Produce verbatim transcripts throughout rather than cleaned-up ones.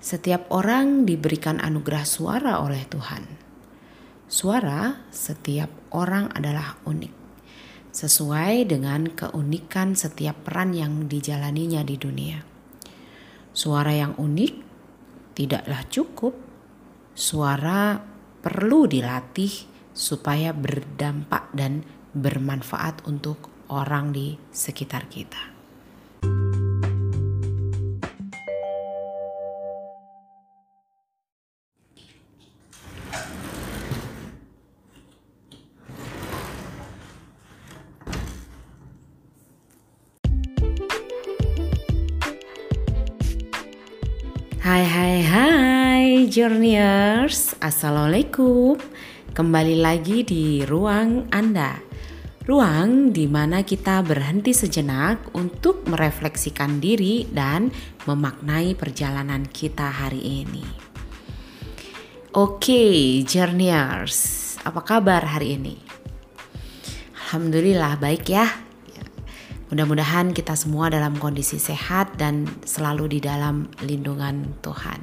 Setiap orang diberikan anugerah suara oleh Tuhan. Suara setiap orang adalah unik, sesuai dengan keunikan setiap peran yang dijalaninya di dunia. Suara yang unik tidaklah cukup. Suara perlu dilatih supaya berdampak dan bermanfaat untuk orang di sekitar kita. Hai hai hai Journeyers, Assalamualaikum. Kembali lagi di ruang Anda. Ruang di mana kita berhenti sejenak untuk merefleksikan diri dan memaknai perjalanan kita hari ini. Oke, Journeyers, apa kabar hari ini? Alhamdulillah baik ya. Mudah-mudahan kita semua dalam kondisi sehat dan selalu di dalam lindungan Tuhan.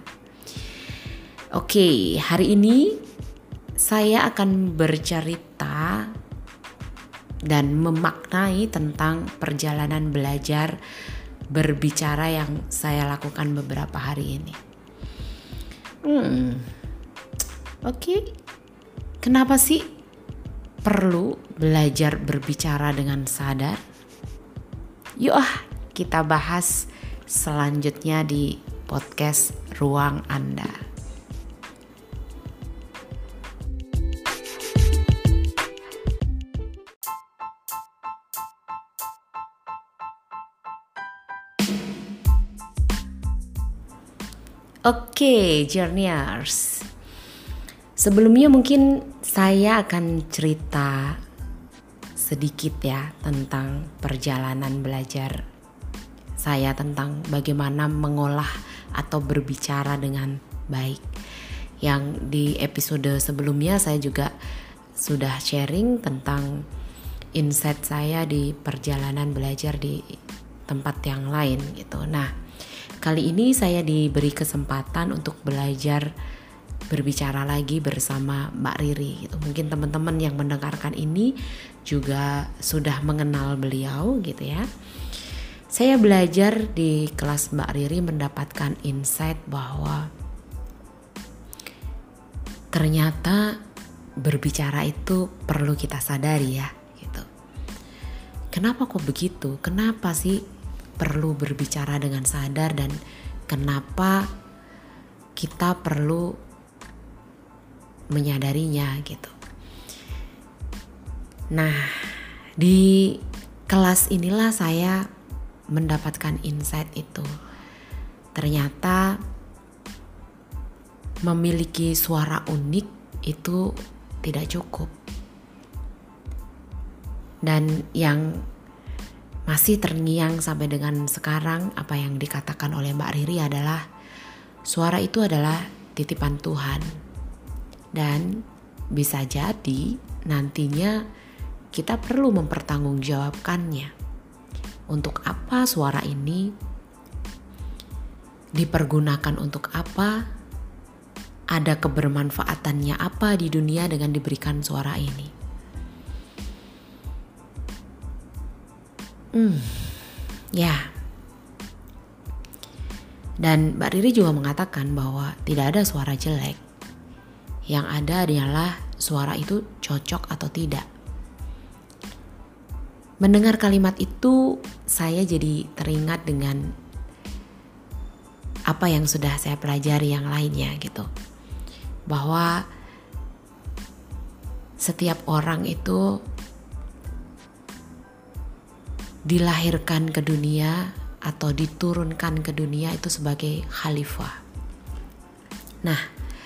Oke, hari ini saya akan bercerita dan memaknai tentang perjalanan belajar berbicara yang saya lakukan beberapa hari ini. Hmm, Oke, kenapa sih perlu belajar berbicara dengan sadar? Yuk ah, kita bahas selanjutnya di podcast Ruang Anda. Oke, Journeyers. Sebelumnya mungkin saya akan cerita sedikit ya tentang perjalanan belajar saya tentang bagaimana mengolah atau berbicara dengan baik. Yang di episode sebelumnya saya juga sudah sharing tentang insight saya di perjalanan belajar di tempat yang lain gitu. Nah, kali ini saya diberi kesempatan untuk belajar berbicara lagi bersama Mbak Riri gitu. Mungkin teman-teman yang mendengarkan ini juga sudah mengenal beliau gitu ya. Saya belajar di kelas Mbak Riri mendapatkan insight bahwa ternyata berbicara itu perlu kita sadari ya gitu. Kenapa kok begitu? Kenapa sih perlu berbicara dengan sadar dan kenapa kita perlu menyadarinya gitu. Nah, di kelas inilah saya mendapatkan insight itu. Ternyata memiliki suara unik itu tidak cukup. Dan yang masih terngiang sampai dengan sekarang apa yang dikatakan oleh Mbak Riri adalah suara itu adalah titipan Tuhan. Dan bisa jadi nantinya kita perlu mempertanggungjawabkannya. Untuk apa suara ini dipergunakan, untuk apa, ada kebermanfaatannya apa di dunia dengan diberikan suara ini. Hmm, ya. Dan Mbak Riri juga mengatakan bahwa tidak ada suara jelek. Yang ada adalah suara itu cocok atau tidak. Mendengar kalimat itu saya jadi teringat dengan apa yang sudah saya pelajari yang lainnya gitu. Bahwa setiap orang itu dilahirkan ke dunia atau diturunkan ke dunia itu sebagai khalifah. Nah,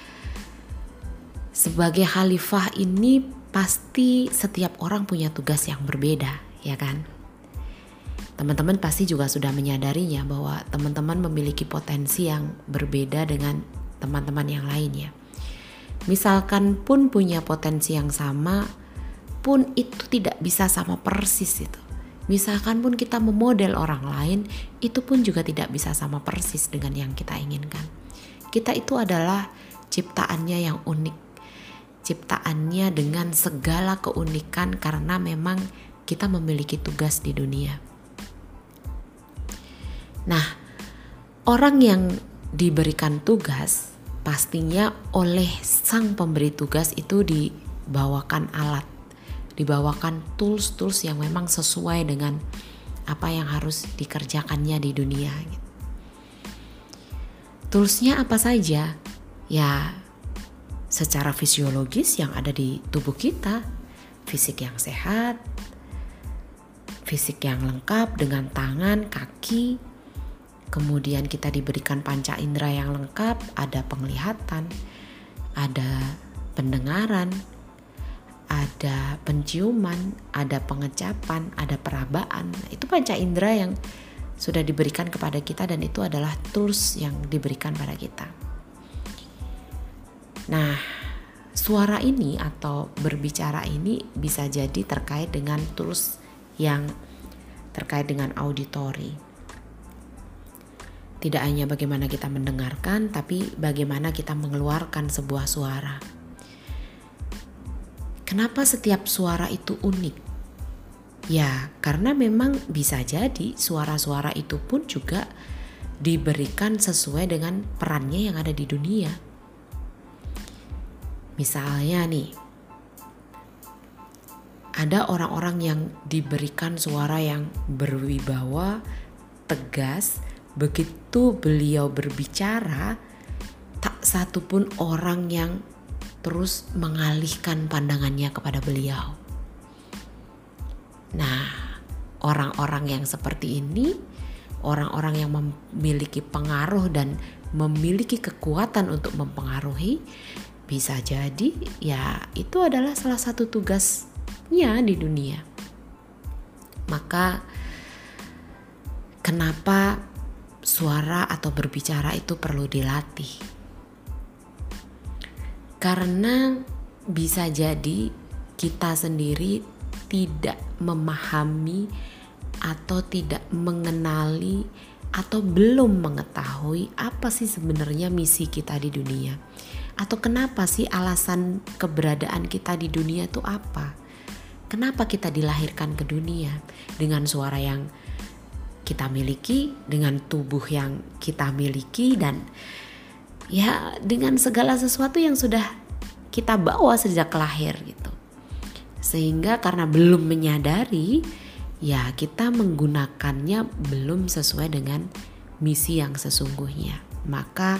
sebagai khalifah ini pasti setiap orang punya tugas yang berbeda, ya kan? Teman-teman pasti juga sudah menyadarinya bahwa teman-teman memiliki potensi yang berbeda dengan teman-teman yang lainnya. Misalkan pun punya potensi yang sama, pun itu tidak bisa sama persis itu. Misalkan pun kita memodel orang lain, itu pun juga tidak bisa sama persis dengan yang kita inginkan. kita itu adalah ciptaannya yang unik. Ciptaannya dengan segala keunikan karena memang kita memiliki tugas di dunia. Nah, orang yang diberikan tugas pastinya oleh sang pemberi tugas itu dibawakan alat, dibawakan tools-tools yang memang sesuai dengan apa yang harus dikerjakannya di dunia. Toolsnya apa saja? Ya, secara fisiologis yang ada di tubuh kita, fisik yang sehat, fisik yang lengkap dengan tangan, kaki, kemudian kita diberikan panca indera yang lengkap, ada penglihatan, ada pendengaran, ada penciuman, ada pengecapan, ada perabaan. Itu panca indera yang sudah diberikan kepada kita dan itu adalah tools yang diberikan pada kita. Nah, suara ini atau berbicara ini bisa jadi terkait dengan tools yang terkait dengan auditori. Tidak hanya bagaimana kita mendengarkan, tapi bagaimana kita mengeluarkan sebuah suara. Kenapa setiap suara itu unik? Ya, karena memang bisa jadi suara-suara itu pun juga diberikan sesuai dengan perannya yang ada di dunia. Misalnya nih, ada orang-orang yang diberikan suara yang berwibawa, tegas. Begitu beliau berbicara, tak satu pun orang yang terus mengalihkan pandangannya kepada beliau. Nah, orang-orang yang seperti ini, orang-orang yang memiliki pengaruh dan memiliki kekuatan untuk mempengaruhi, bisa jadi ya itu adalah salah satu tugasnya di dunia. Maka kenapa suara atau berbicara itu perlu dilatih? Karena bisa jadi kita sendiri tidak memahami atau tidak mengenali atau belum mengetahui apa sih sebenarnya misi kita di dunia. Atau kenapa sih alasan keberadaan kita di dunia itu apa? Kenapa kita dilahirkan ke dunia dengan suara yang kita miliki, dengan tubuh yang kita miliki, dan ya dengan segala sesuatu yang sudah kita bawa sejak lahir gitu. Sehingga karena belum menyadari, ya kita menggunakannya belum sesuai dengan misi yang sesungguhnya. Maka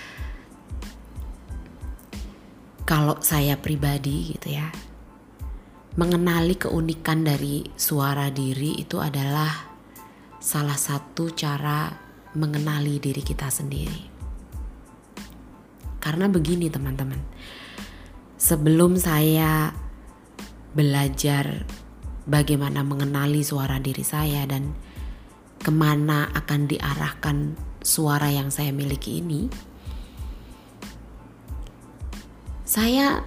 kalau saya pribadi gitu ya, mengenali keunikan dari suara diri itu adalah salah satu cara mengenali diri kita sendiri. Karena begini teman-teman, sebelum saya belajar bagaimana mengenali suara diri saya dan kemana akan diarahkan suara yang saya miliki ini, saya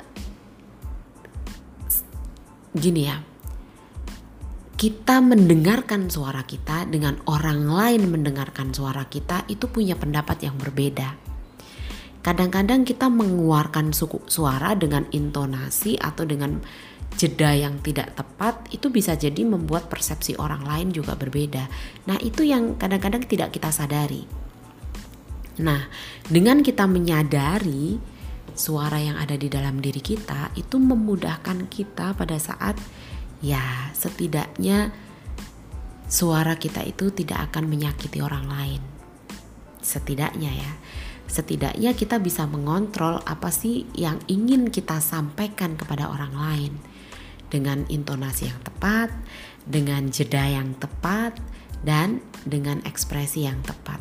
gini ya, kita mendengarkan suara kita dengan orang lain mendengarkan suara kita itu punya pendapat yang berbeda. Kadang-kadang kita mengeluarkan suku suara dengan intonasi atau dengan jeda yang tidak tepat, itu bisa jadi membuat persepsi orang lain juga berbeda. Nah, itu yang kadang-kadang tidak kita sadari. Nah, dengan kita menyadari suara yang ada di dalam diri kita, itu memudahkan kita pada saat ya setidaknya suara kita itu tidak akan menyakiti orang lain. Setidaknya ya, setidaknya kita bisa mengontrol apa sih yang ingin kita sampaikan kepada orang lain dengan intonasi yang tepat, dengan jeda yang tepat, dan dengan ekspresi yang tepat.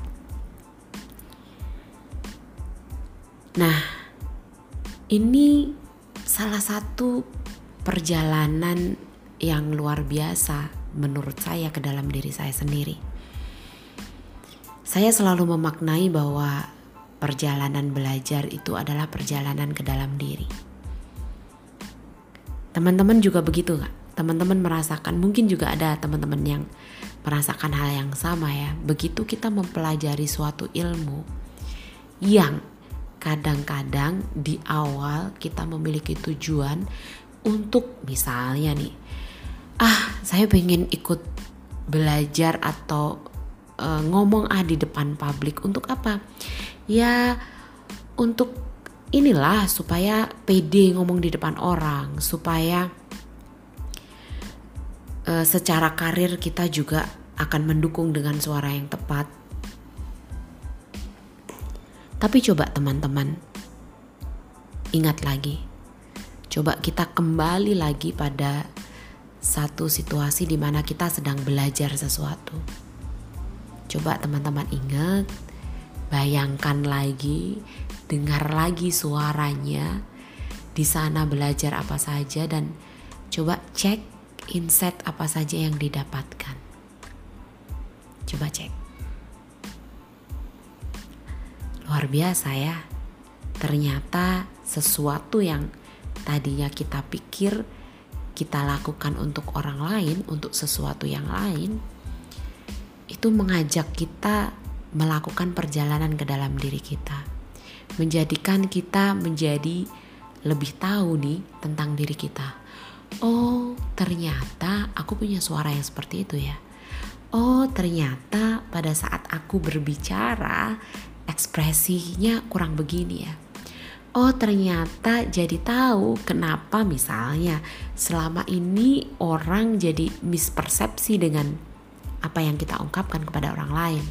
Nah, ini salah satu perjalanan yang luar biasa menurut saya ke dalam diri saya sendiri. Saya selalu memaknai bahwa perjalanan belajar itu adalah perjalanan ke dalam diri. Teman-teman juga begitu gak? Teman-teman merasakan, mungkin juga ada teman-teman yang merasakan hal yang sama ya. Begitu kita mempelajari suatu ilmu yang kadang-kadang di awal kita memiliki tujuan untuk misalnya nih, ah saya pengen ikut belajar atau e, ngomong ah di depan publik. Untuk apa? Ya untuk inilah supaya pede ngomong di depan orang, supaya e, secara karir kita juga akan mendukung dengan suara yang tepat. Tapi coba teman-teman, ingat lagi. Coba kita kembali lagi pada satu situasi di mana kita sedang belajar sesuatu. Coba teman-teman ingat, bayangkan lagi, dengar lagi suaranya, di sana belajar apa saja, dan coba cek insight apa saja yang didapatkan. Coba cek. Luar biasa ya, ternyata sesuatu yang tadinya kita pikir kita lakukan untuk orang lain, untuk sesuatu yang lain, itu mengajak kita melakukan perjalanan ke dalam diri kita, menjadikan kita menjadi lebih tahu nih tentang diri kita. Oh ternyata aku punya suara yang seperti itu ya. Oh ternyata pada saat aku berbicara ekspresinya kurang begini ya. Oh ternyata jadi tahu kenapa misalnya selama ini orang jadi mispersepsi dengan apa yang kita ungkapkan kepada orang lain.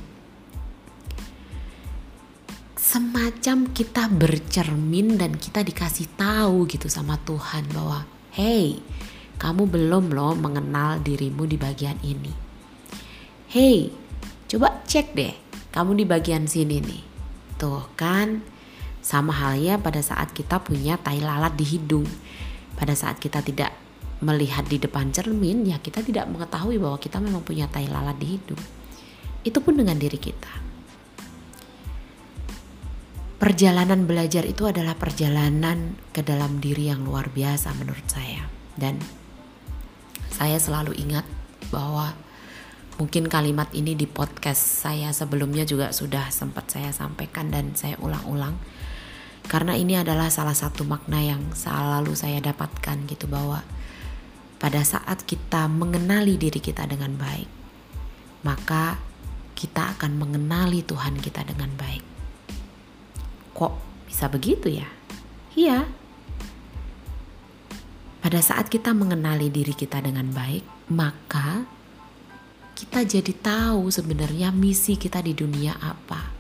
Semacam kita bercermin dan kita dikasih tahu gitu sama Tuhan bahwa hey, kamu belum loh mengenal dirimu di bagian ini. Hey, coba cek deh kamu di bagian sini nih. Tuh kan, sama halnya pada saat kita punya tai lalat di hidung. Pada saat kita tidak melihat di depan cermin, ya kita tidak mengetahui bahwa kita memang punya tai lalat di hidung. Itu pun dengan diri kita. Perjalanan belajar itu adalah perjalanan ke dalam diri yang luar biasa menurut saya. Dan saya selalu ingat bahwa mungkin kalimat ini di podcast saya sebelumnya juga sudah sempat saya sampaikan dan saya ulang-ulang. Karena ini adalah salah satu makna yang selalu saya dapatkan gitu, bahwa pada saat kita mengenali diri kita dengan baik, maka kita akan mengenali Tuhan kita dengan baik. Kok bisa begitu ya? Iya. Pada saat kita mengenali diri kita dengan baik, maka kita jadi tahu sebenarnya misi kita di dunia apa.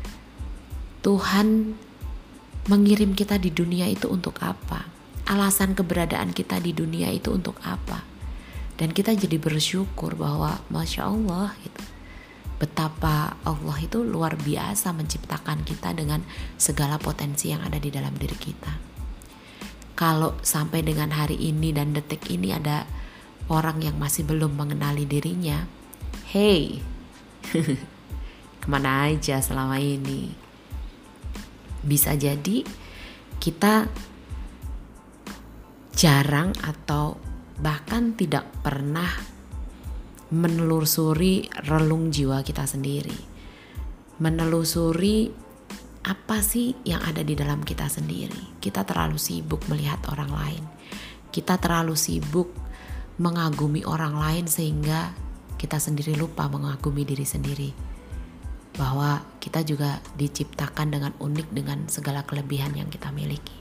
Tuhan mengirim kita di dunia itu untuk apa? Alasan keberadaan kita di dunia itu untuk apa? Dan kita jadi bersyukur bahwa Masya Allah gitu, betapa Allah itu luar biasa menciptakan kita dengan segala potensi yang ada di dalam diri kita. Kalau sampai dengan hari ini dan detik ini ada orang yang masih belum mengenali dirinya, hey, kemana aja selama ini? Bisa jadi kita jarang atau bahkan tidak pernah menelusuri relung jiwa kita sendiri. Menelusuri apa sih yang ada di dalam kita sendiri. Kita terlalu sibuk melihat orang lain. Kita terlalu sibuk mengagumi orang lain sehingga kita sendiri lupa mengagumi diri sendiri. Bahwa kita juga diciptakan dengan unik dengan segala kelebihan yang kita miliki.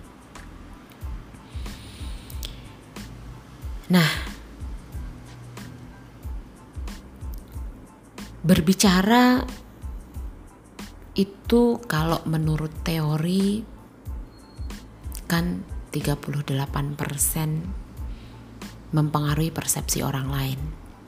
Nah, berbicara itu kalau menurut teori kan tiga puluh delapan persen mempengaruhi persepsi orang lain.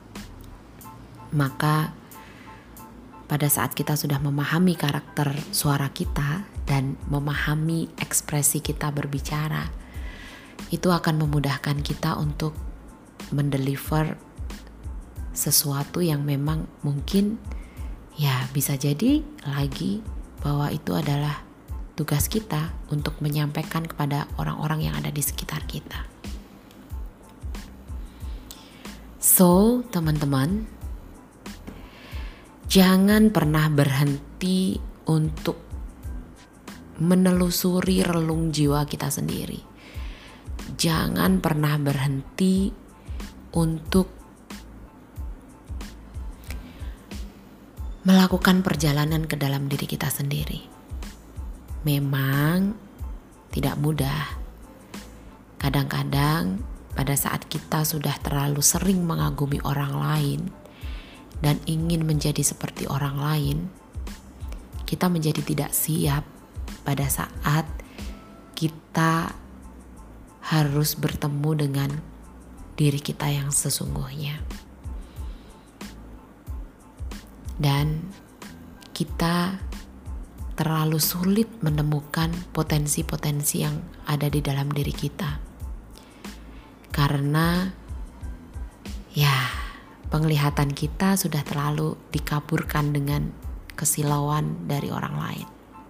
Maka pada saat kita sudah memahami karakter suara kita dan memahami ekspresi kita berbicara, itu akan memudahkan kita untuk mendeliver sesuatu yang memang mungkin ya bisa jadi lagi bahwa itu adalah tugas kita untuk menyampaikan kepada orang-orang yang ada di sekitar kita. So, teman-teman, jangan pernah berhenti untuk menelusuri relung jiwa kita sendiri. Jangan pernah berhenti untuk melakukan perjalanan ke dalam diri kita sendiri. Memang tidak mudah. Kadang-kadang pada saat kita sudah terlalu sering mengagumi orang lain dan ingin menjadi seperti orang lain, kita menjadi tidak siap pada saat kita harus bertemu dengan diri kita yang sesungguhnya. Dan kita terlalu sulit menemukan potensi-potensi yang ada di dalam diri kita. Karena ya penglihatan kita sudah terlalu dikaburkan dengan kesilauan dari orang lain.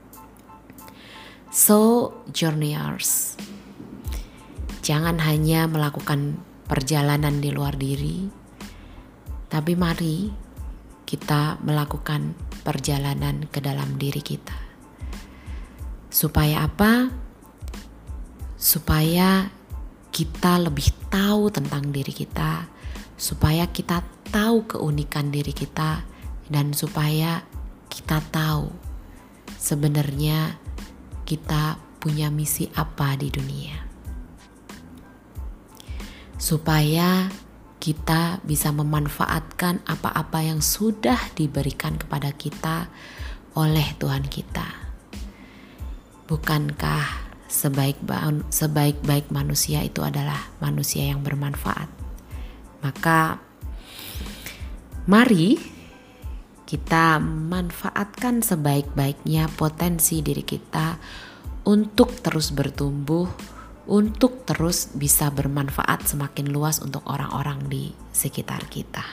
So, journeyers, jangan hanya melakukan perjalanan di luar diri, tapi mari kita melakukan perjalanan ke dalam diri kita. Supaya apa? Supaya kita lebih tahu tentang diri kita, supaya kita tahu keunikan diri kita, dan supaya kita tahu sebenarnya kita punya misi apa di dunia. Supaya kita bisa memanfaatkan apa-apa yang sudah diberikan kepada kita oleh Tuhan kita. Bukankah sebaik sebaik-baik manusia itu adalah manusia yang bermanfaat? Maka mari kita manfaatkan sebaik-baiknya potensi diri kita untuk terus bertumbuh, untuk terus bisa bermanfaat semakin luas untuk orang-orang di sekitar kita.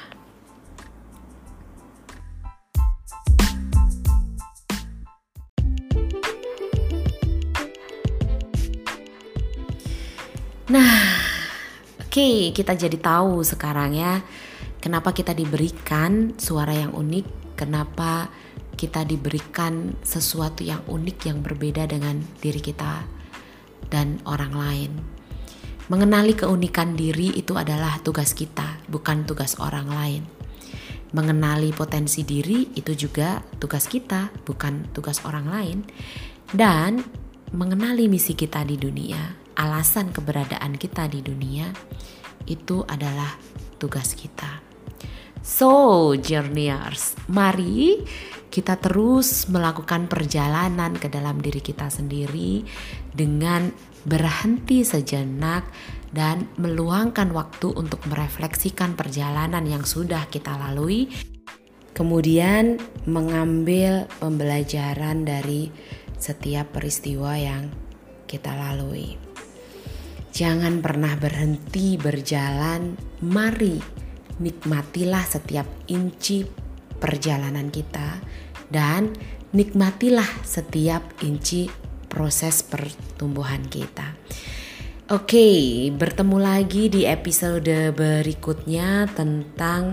Nah, oke, okay, kita jadi tahu sekarang ya, kenapa kita diberikan suara yang unik, kenapa kita diberikan sesuatu yang unik yang berbeda dengan diri kita dan orang lain. Mengenali keunikan diri itu adalah tugas kita, bukan tugas orang lain. Mengenali potensi diri itu juga tugas kita, bukan tugas orang lain. Dan mengenali misi kita di dunia, alasan keberadaan kita di dunia, itu adalah tugas kita. So, journeyers, mari kita terus melakukan perjalanan ke dalam diri kita sendiri dengan berhenti sejenak dan meluangkan waktu untuk merefleksikan perjalanan yang sudah kita lalui, kemudian mengambil pembelajaran dari setiap peristiwa yang kita lalui. Jangan pernah berhenti berjalan, mari nikmatilah setiap inci perjalanan kita dan nikmatilah setiap inci proses pertumbuhan kita. Oke, bertemu lagi di episode berikutnya tentang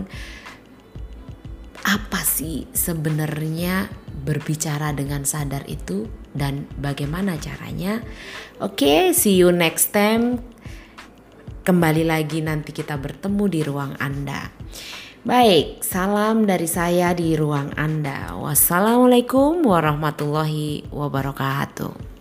apa sih sebenarnya berbicara dengan sadar itu dan bagaimana caranya. Oke, see you next time. Kembali lagi nanti kita bertemu di ruang Anda. Baik, salam dari saya di ruang Anda. Wassalamualaikum warahmatullahi wabarakatuh.